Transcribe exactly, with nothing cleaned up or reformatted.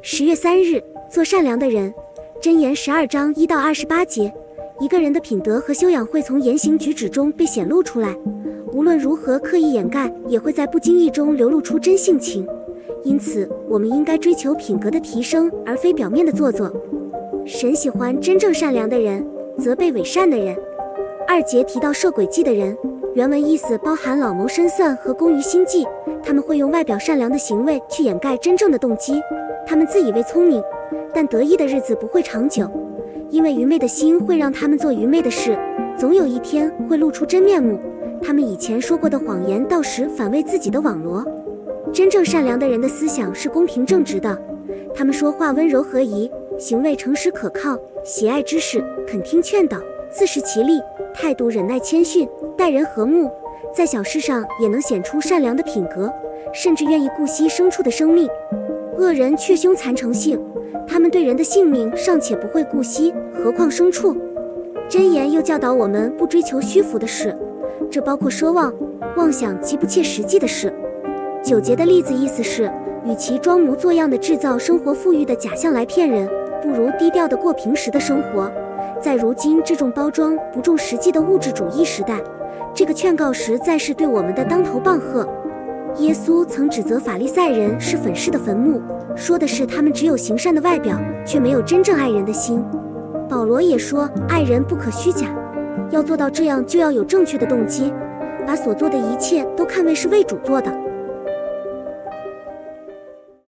十月三日，做善良的人。箴言十二章一到二十八节，一个人的品德和修养会从言行举止中被显露出来，无论如何刻意掩盖，也会在不经意中流露出真性情。因此，我们应该追求品格的提升，而非表面的做作。神喜欢真正善良的人，责备伪善的人。二节提到设诡计的人，原文意思包含老谋深算和工于心计，他们会用外表善良的行为去掩盖真正的动机。他们自以为聪明，但得意的日子不会长久，因为愚昧的心会让他们做愚昧的事，总有一天会露出真面目。他们以前说过的谎言，到时反为自己的网罗。真正善良的人的思想是公平正直的，他们说话温柔和宜，行为诚实可靠，喜爱知识，肯听劝导，自食其力，态度忍耐谦逊，待人和睦，在小事上也能显出善良的品格，甚至愿意顾惜牲畜的生命。恶人却凶残成性，他们对人的性命尚且不会顾惜，何况牲畜。箴言又教导我们不追求虚浮的事，这包括奢望、妄想及不切实际的事。九节的例子意思是，与其装模作样的制造生活富裕的假象来骗人，不如低调地过平时的生活。在如今这种包装不重实际的物质主义时代，这个劝告实在是对我们的当头棒喝。耶稣曾指责法利赛人是粉饰的坟墓，说的是他们只有行善的外表，却没有真正爱人的心。保罗也说，爱人不可虚假，要做到这样就要有正确的动机，把所做的一切都看为是为主做的。